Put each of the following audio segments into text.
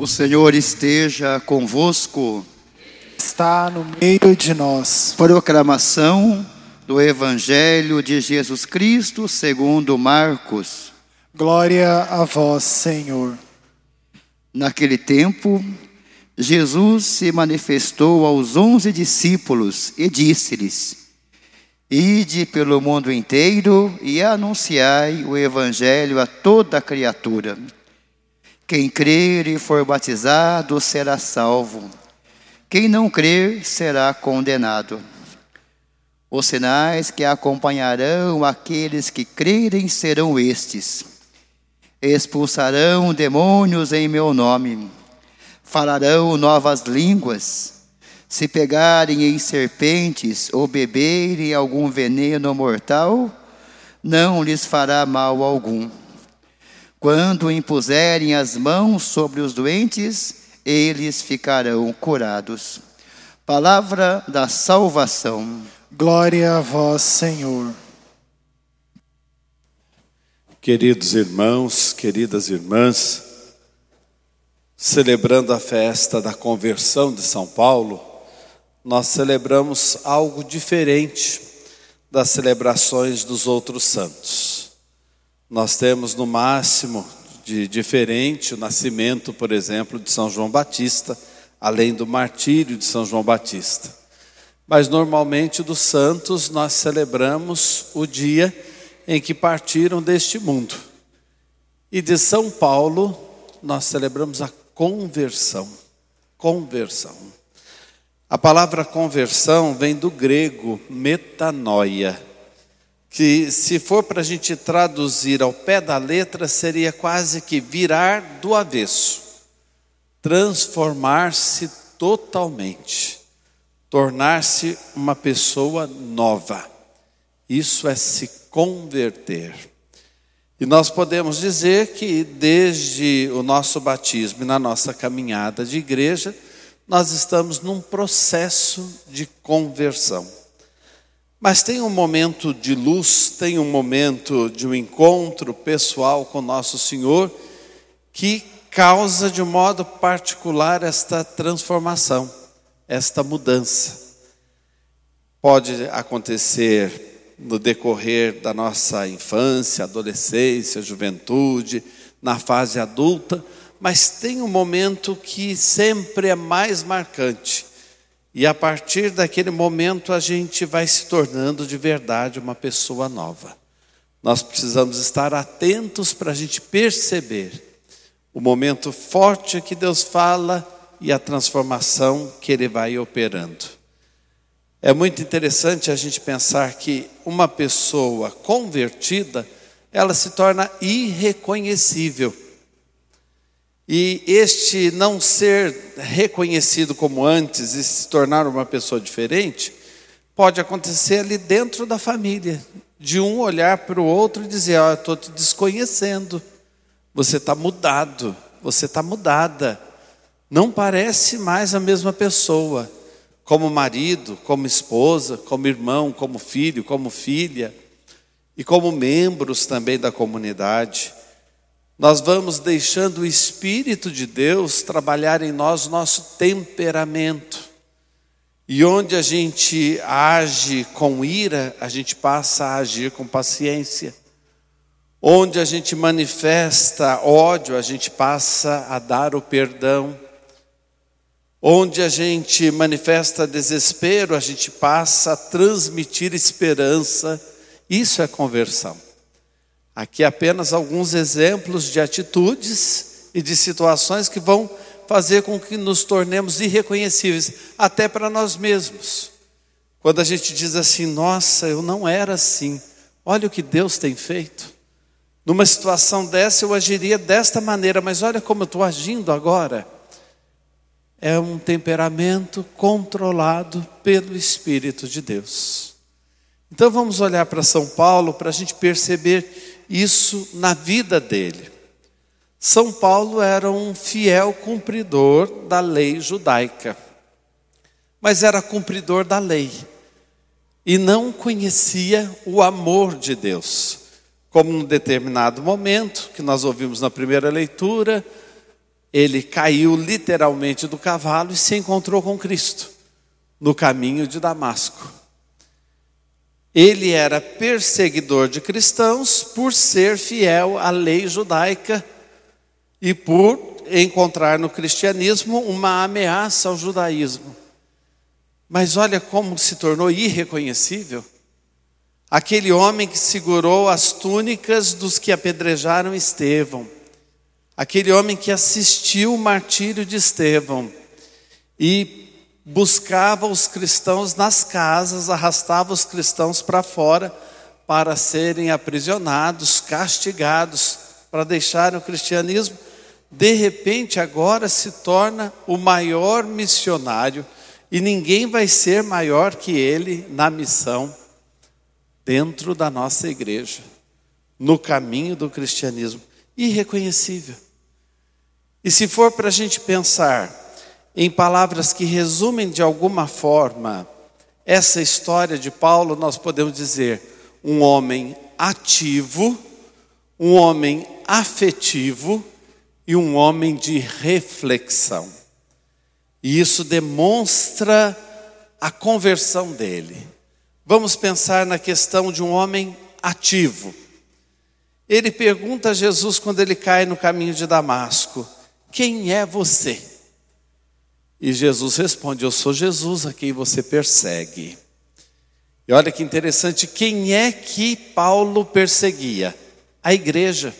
O Senhor esteja convosco. Está no meio de nós. Proclamação do Evangelho de Jesus Cristo segundo Marcos. Glória a vós, Senhor. Naquele tempo, Jesus se manifestou aos 11 discípulos e disse-lhes: Ide pelo mundo inteiro e anunciai o Evangelho a toda criatura. Quem crer e for batizado será salvo. Quem não crer será condenado. Os sinais que acompanharão aqueles que crerem serão estes: expulsarão demônios em meu nome, falarão novas línguas, se pegarem em serpentes ou beberem algum veneno mortal, não lhes fará mal algum. Quando impuserem as mãos sobre os doentes, eles ficarão curados. Palavra da salvação. Glória a vós, Senhor. Queridos irmãos, queridas irmãs, celebrando a festa da conversão de São Paulo, nós celebramos algo diferente das celebrações dos outros santos. Nós temos no máximo de diferente o nascimento, por exemplo, de São João Batista, além do martírio de São João Batista. Mas normalmente dos santos nós celebramos o dia em que partiram deste mundo. E de São Paulo nós celebramos a conversão. Conversão. A palavra conversão vem do grego metanoia, que se for para a gente traduzir ao pé da letra, seria quase que virar do avesso, transformar-se totalmente, tornar-se uma pessoa nova. Isso é se converter. E nós podemos dizer que desde o nosso batismo e na nossa caminhada de igreja, nós estamos num processo de conversão. Mas tem um momento de luz, tem um momento de um encontro pessoal com Nosso Senhor que causa de um modo particular esta transformação, esta mudança. Pode acontecer no decorrer da nossa infância, adolescência, juventude, na fase adulta, mas tem um momento que sempre é mais marcante. E a partir daquele momento a gente vai se tornando de verdade uma pessoa nova. Nós precisamos estar atentos para a gente perceber o momento forte que Deus fala e a transformação que Ele vai operando. É muito interessante a gente pensar que uma pessoa convertida, ela se torna irreconhecível. E este não ser reconhecido como antes e se tornar uma pessoa diferente, pode acontecer ali dentro da família, de um olhar para o outro e dizer: eu estou te desconhecendo, você está mudado, você está mudada, não parece mais a mesma pessoa, como marido, como esposa, como irmão, como filho, como filha, e como membros também da comunidade. Nós vamos deixando o Espírito de Deus trabalhar em nós o nosso temperamento. E onde a gente age com ira, a gente passa a agir com paciência. Onde a gente manifesta ódio, a gente passa a dar o perdão. Onde a gente manifesta desespero, a gente passa a transmitir esperança. Isso é conversão. Aqui apenas alguns exemplos de atitudes e de situações que vão fazer com que nos tornemos irreconhecíveis, até para nós mesmos. Quando a gente diz assim: nossa, eu não era assim, olha o que Deus tem feito. Numa situação dessa eu agiria desta maneira, mas olha como eu estou agindo agora. É um temperamento controlado pelo Espírito de Deus. Então vamos olhar para São Paulo para a gente perceber isso na vida dele. São Paulo era um fiel cumpridor da lei judaica, mas era cumpridor da lei e não conhecia o amor de Deus. Como num determinado momento, que nós ouvimos na primeira leitura, ele caiu literalmente do cavalo e se encontrou com Cristo no caminho de Damasco. Ele era perseguidor de cristãos por ser fiel à lei judaica e por encontrar no cristianismo uma ameaça ao judaísmo. Mas olha como se tornou irreconhecível. Aquele homem que segurou as túnicas dos que apedrejaram Estevão. Aquele homem que assistiu o martírio de Estevão e buscava os cristãos nas casas, arrastava os cristãos para fora para serem aprisionados, castigados, para deixarem o cristianismo. De repente agora se torna o maior missionário e ninguém vai ser maior que ele na missão dentro da nossa igreja, no caminho do cristianismo. Irreconhecível. E se for para a gente pensar em palavras que resumem de alguma forma essa história de Paulo, nós podemos dizer um homem ativo, um homem afetivo e um homem de reflexão. E isso demonstra a conversão dele. Vamos pensar na questão de um homem ativo. Ele pergunta a Jesus quando ele cai no caminho de Damasco: quem é você? E Jesus responde: eu sou Jesus a quem você persegue. E olha que interessante, quem é que Paulo perseguia? A igreja.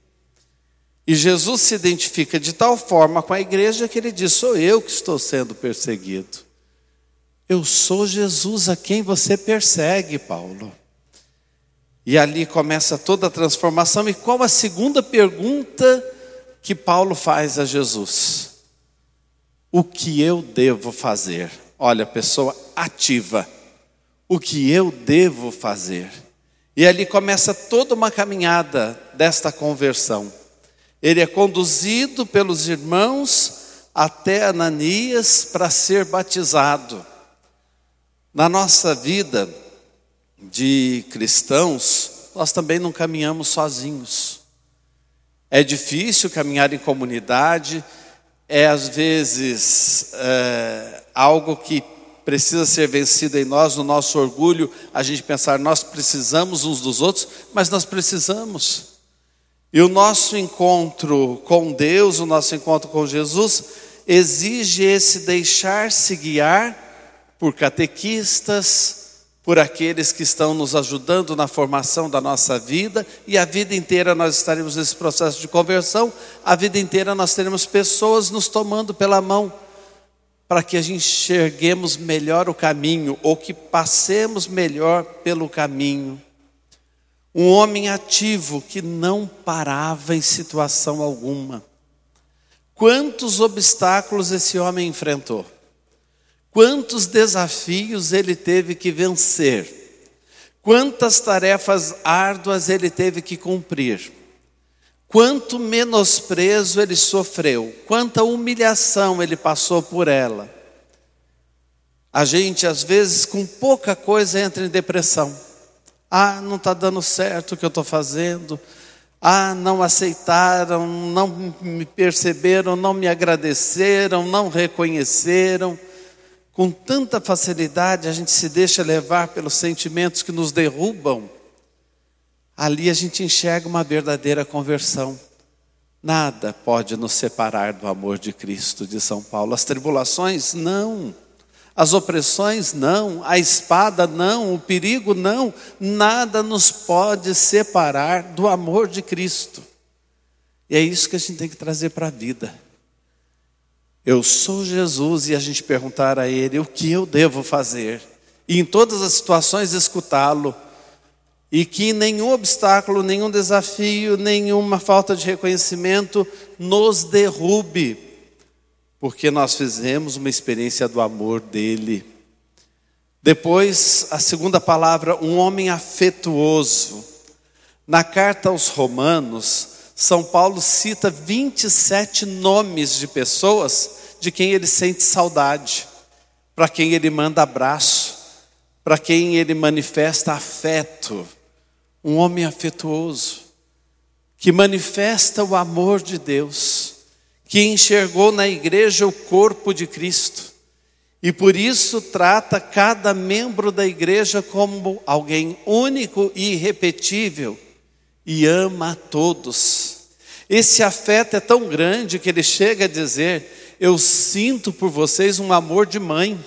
E Jesus se identifica de tal forma com a igreja que ele diz: sou eu que estou sendo perseguido. Eu sou Jesus a quem você persegue, Paulo. E ali começa toda a transformação. E qual a segunda pergunta que Paulo faz a Jesus? O que eu devo fazer? Olha, pessoa ativa. O que eu devo fazer? E ali começa toda uma caminhada desta conversão. Ele é conduzido pelos irmãos até Ananias para ser batizado. Na nossa vida de cristãos, nós também não caminhamos sozinhos. É difícil caminhar em comunidade, é às vezes algo que precisa ser vencido em nós, no nosso orgulho, a gente pensar, nós precisamos uns dos outros, mas nós precisamos. E o nosso encontro com Deus, o nosso encontro com Jesus, exige esse deixar-se guiar por catequistas, por aqueles que estão nos ajudando na formação da nossa vida, e a vida inteira nós estaremos nesse processo de conversão, a vida inteira nós teremos pessoas nos tomando pela mão, para que a gente enxerguemos melhor o caminho, ou que passemos melhor pelo caminho. Um homem ativo que não parava em situação alguma. Quantos obstáculos esse homem enfrentou? Quantos desafios ele teve que vencer? Quantas tarefas árduas ele teve que cumprir? Quanto menosprezo ele sofreu? Quanta humilhação ele passou por ela? A gente, às vezes, com pouca coisa entra em depressão. Ah, não está dando certo o que eu estou fazendo. Ah, não aceitaram, não me perceberam, não me agradeceram, não reconheceram. Com tanta facilidade a gente se deixa levar pelos sentimentos que nos derrubam. Ali a gente enxerga uma verdadeira conversão. Nada pode nos separar do amor de Cristo, de São Paulo. As tribulações, não. As opressões, não. A espada, não. O perigo, não. Nada nos pode separar do amor de Cristo. E é isso que a gente tem que trazer para a vida. Eu sou Jesus, e a gente perguntar a Ele o que eu devo fazer. E em todas as situações escutá-lo. E que nenhum obstáculo, nenhum desafio, nenhuma falta de reconhecimento nos derrube. Porque nós fizemos uma experiência do amor dele. Depois, a segunda palavra, um homem afetuoso. Na carta aos Romanos, São Paulo cita 27 nomes de pessoas de quem ele sente saudade, para quem ele manda abraço, para quem ele manifesta afeto. Um homem afetuoso, que manifesta o amor de Deus, que enxergou na igreja o corpo de Cristo. E por isso trata cada membro da igreja como alguém único e irrepetível. E ama a todos. Esse afeto é tão grande que ele chega a dizer: eu sinto por vocês um amor de mãe.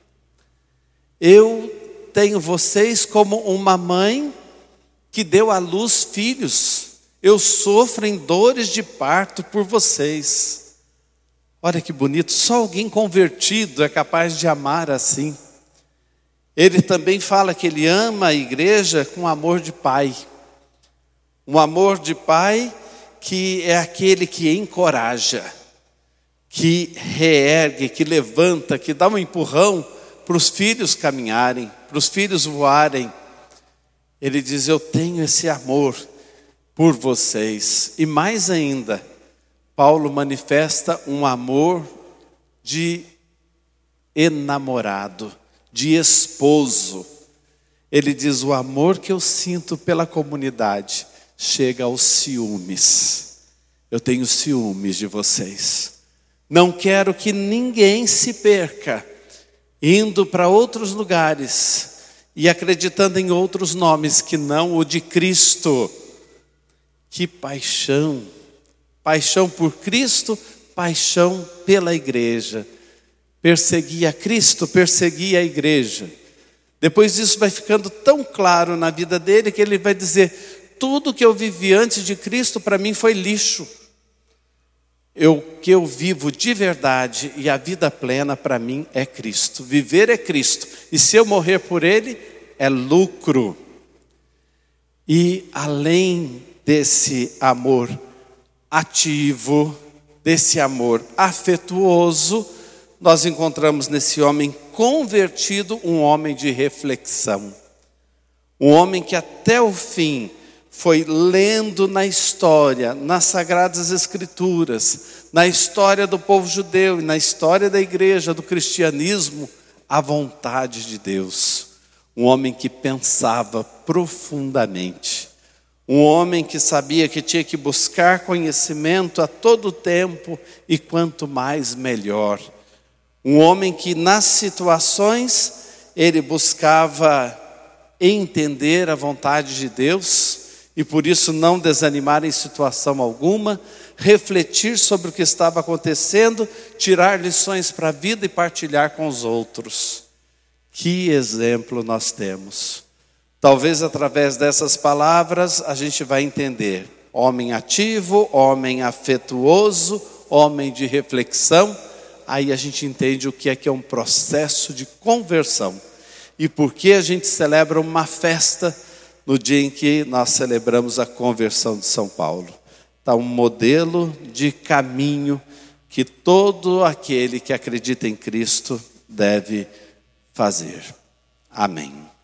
Eu tenho vocês como uma mãe que deu à luz filhos. Eu sofro em dores de parto por vocês. Olha que bonito, só alguém convertido é capaz de amar assim. Ele também fala que ele ama a igreja com amor de pai. Um amor de pai que é aquele que encoraja, que reergue, que levanta, que dá um empurrão para os filhos caminharem, para os filhos voarem. Ele diz: eu tenho esse amor por vocês. E mais ainda, Paulo manifesta um amor de enamorado, de esposo. Ele diz: o amor que eu sinto pela comunidade chega aos ciúmes. Eu tenho ciúmes de vocês. Não quero que ninguém se perca, indo para outros lugares e acreditando em outros nomes que não o de Cristo. Que paixão! Paixão por Cristo, paixão pela igreja. Perseguia Cristo, perseguia a igreja. Depois disso vai ficando tão claro na vida dele que ele vai dizer: tudo que eu vivi antes de Cristo para mim foi lixo. O que eu vivo de verdade e a vida plena para mim é Cristo. Viver é Cristo. E se eu morrer por Ele, é lucro. E além desse amor ativo, desse amor afetuoso, nós encontramos nesse homem convertido um homem de reflexão. Um homem que até o fim foi lendo na história, nas Sagradas Escrituras, na história do povo judeu e na história da igreja, do cristianismo, a vontade de Deus. Um homem que pensava profundamente. Um homem que sabia que tinha que buscar conhecimento a todo tempo e quanto mais melhor. Um homem que nas situações ele buscava entender a vontade de Deus e por isso não desanimar em situação alguma, refletir sobre o que estava acontecendo, tirar lições para a vida e partilhar com os outros. Que exemplo nós temos! Talvez através dessas palavras a gente vai entender: homem ativo, homem afetuoso, homem de reflexão. Aí a gente entende o que é um processo de conversão. E por que a gente celebra uma festa no dia em que nós celebramos a conversão de São Paulo. Está um modelo de caminho que todo aquele que acredita em Cristo deve fazer. Amém.